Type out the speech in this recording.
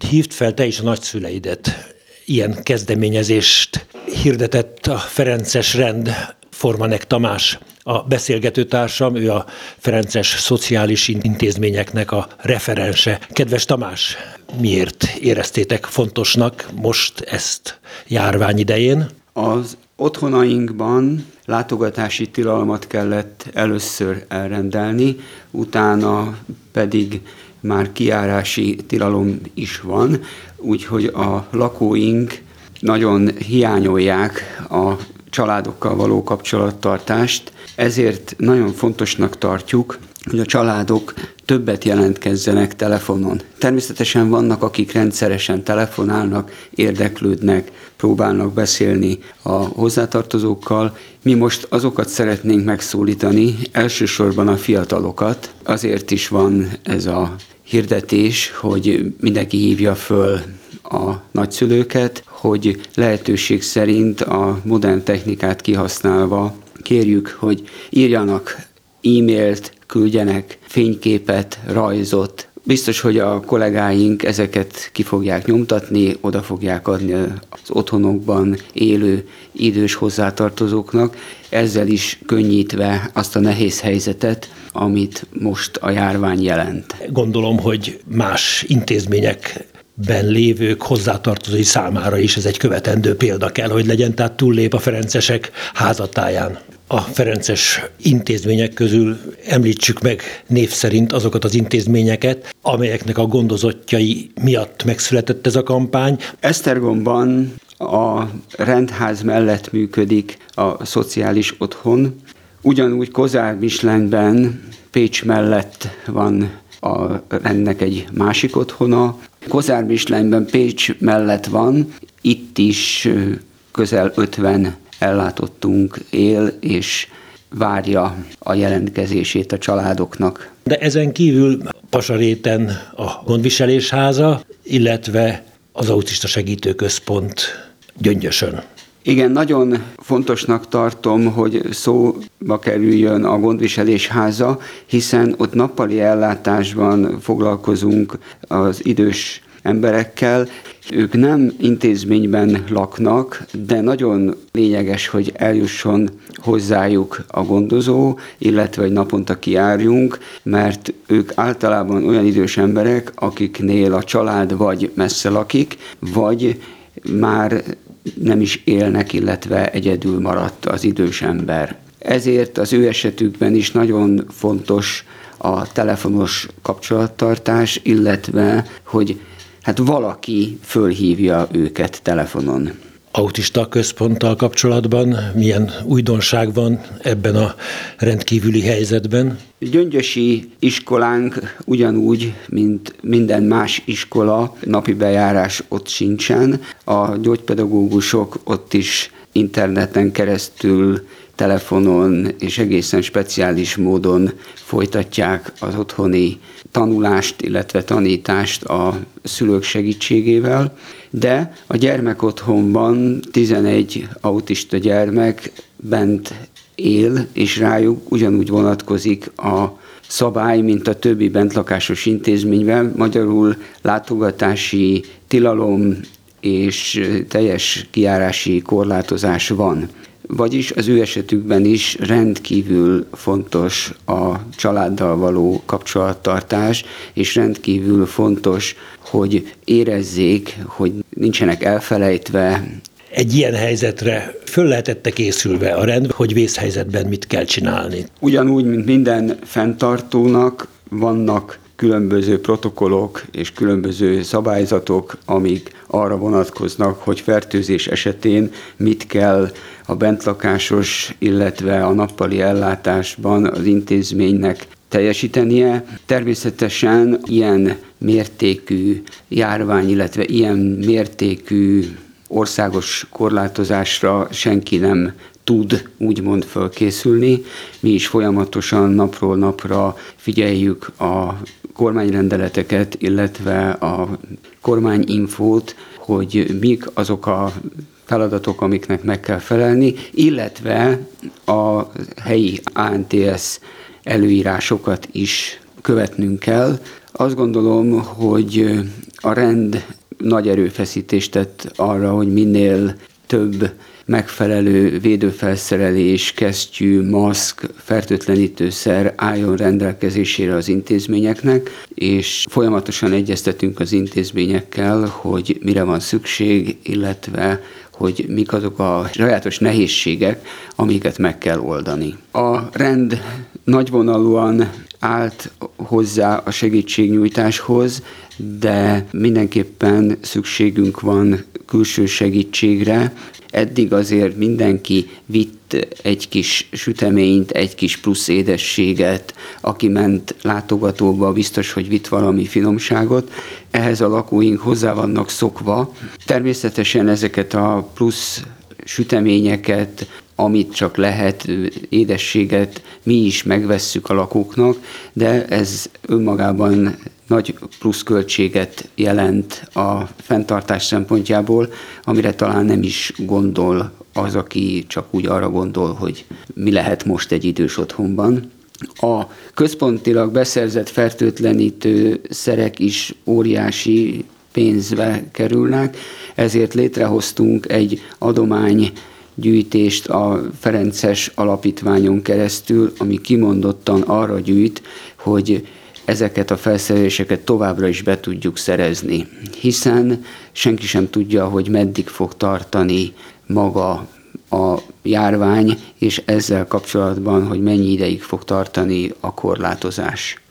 hívd fel te is a nagyszüleidet. Ilyen kezdeményezést hirdetett a ferences rend, Formanek Tamás, a beszélgetőtársam, ő a ferences szociális intézményeknek a referense. Kedves Tamás, miért éreztétek fontosnak most ezt járvány idején? Az otthonainkban látogatási tilalmat kellett először elrendelni, utána pedig már kijárási tilalom is van, úgyhogy a lakóink nagyon hiányolják a családokkal való kapcsolattartást, ezért nagyon fontosnak tartjuk, hogy a családok többet jelentkezzenek telefonon. Természetesen vannak, akik rendszeresen telefonálnak, érdeklődnek, próbálnak beszélni a hozzátartozókkal. Mi most azokat szeretnénk megszólítani, elsősorban a fiatalokat. Azért is van ez a hirdetés, hogy mindenki hívja föl a nagyszülőket, hogy lehetőség szerint a modern technikát kihasználva kérjük, hogy írjanak e-mailt, küldjenek fényképet, rajzot. Biztos, hogy a kollégáink ezeket ki fogják nyomtatni, oda fogják adni az otthonokban élő idős hozzátartozóknak, ezzel is könnyítve azt a nehéz helyzetet, amit most a járvány jelent. Gondolom, hogy más intézményekben lévők hozzátartozói számára is ez egy követendő példa kell, hogy legyen, tehát túllép a ferencesek házatáján. A ferences intézmények közül említsük meg név szerint azokat az intézményeket, amelyeknek a gondozottjai miatt megszületett ez a kampány. Esztergomban a rendház mellett működik a szociális otthon, ugyanúgy Kozár-Mislenyben, Pécs mellett van a rendnek egy másik otthona. Kozár-Mislenyben Pécs mellett van, itt is közel 50 ellátottunk él, és várja a jelentkezését a családoknak. De ezen kívül Pasaréten a gondviselés háza, illetve az autista segítőközpont Gyöngyösön. Igen, nagyon fontosnak tartom, hogy szóba kerüljön a gondviselés háza, hiszen ott nappali ellátásban foglalkozunk az idős emberekkel. Ők nem intézményben laknak, de nagyon lényeges, hogy eljusson hozzájuk a gondozó, illetve hogy naponta kijárjunk, mert ők általában olyan idős emberek, akiknél a család vagy messze lakik, vagy már nem is élnek, illetve egyedül maradt az idős ember. Ezért az ő esetükben is nagyon fontos a telefonos kapcsolattartás, illetve hogy valaki fölhívja őket telefonon. Autista központtal kapcsolatban milyen újdonság van ebben a rendkívüli helyzetben? Gyöngyösi iskolánk ugyanúgy, mint minden más iskola, napi bejárás ott sincsen. A gyógypedagógusok ott is interneten keresztül, telefonon és egészen speciális módon folytatják az otthoni tanulást, illetve tanítást a szülők segítségével, de a gyermekotthonban 11 autista gyermek bent él, és rájuk ugyanúgy vonatkozik a szabály, mint a többi bentlakásos intézményben, magyarul látogatási tilalom és teljes kijárási korlátozás van. Vagyis az ő esetükben is rendkívül fontos a családdal való kapcsolattartás, és rendkívül fontos, hogy érezzék, hogy nincsenek elfelejtve. Egy ilyen helyzetre föl lehetette készülve a rend, hogy vészhelyzetben mit kell csinálni? Ugyanúgy, mint minden fenntartónak vannak különböző protokollok és különböző szabályzatok, amik arra vonatkoznak, hogy fertőzés esetén mit kell a bentlakásos, illetve a nappali ellátásban az intézménynek teljesítenie. Természetesen ilyen mértékű járvány, illetve ilyen mértékű országos korlátozásra senki nem tud úgymond fölkészülni. Mi is folyamatosan napról napra figyeljük a kormányrendeleteket, illetve a kormányinfót, hogy mik azok a feladatok, amiknek meg kell felelni, illetve a helyi ANTS előírásokat is követnünk kell. Azt gondolom, hogy a rend nagy erőfeszítést tett arra, hogy minél több megfelelő védőfelszerelés, kesztyű, maszk, fertőtlenítőszer álljon rendelkezésére az intézményeknek, és folyamatosan egyeztetünk az intézményekkel, hogy mire van szükség, illetve hogy mik azok a sajátos nehézségek, amiket meg kell oldani. A rend nagyvonalúan állt hozzá a segítségnyújtáshoz, de mindenképpen szükségünk van külső segítségre. Eddig azért mindenki vitt egy kis süteményt, egy kis plusz édességet, aki ment látogatóba, biztos, hogy vitt valami finomságot. Ehhez a lakóink hozzá vannak szokva. Természetesen ezeket a plusz süteményeket, amit csak lehet, édességet mi is megvesszük a lakóknak, de ez önmagában nagy pluszköltséget jelent a fenntartás szempontjából, amire talán nem is gondol az, aki csak úgy arra gondol, hogy mi lehet most egy idős otthonban. A központilag beszerzett fertőtlenítő szerek is óriási pénzbe kerülnek, ezért létrehoztunk egy adománygyűjtést a Ferences Alapítványon keresztül, ami kimondottan arra gyűjt, hogy ezeket a felszereléseket továbbra is be tudjuk szerezni, hiszen senki sem tudja, hogy meddig fog tartani maga a járvány, és ezzel kapcsolatban, hogy mennyi ideig fog tartani a korlátozás.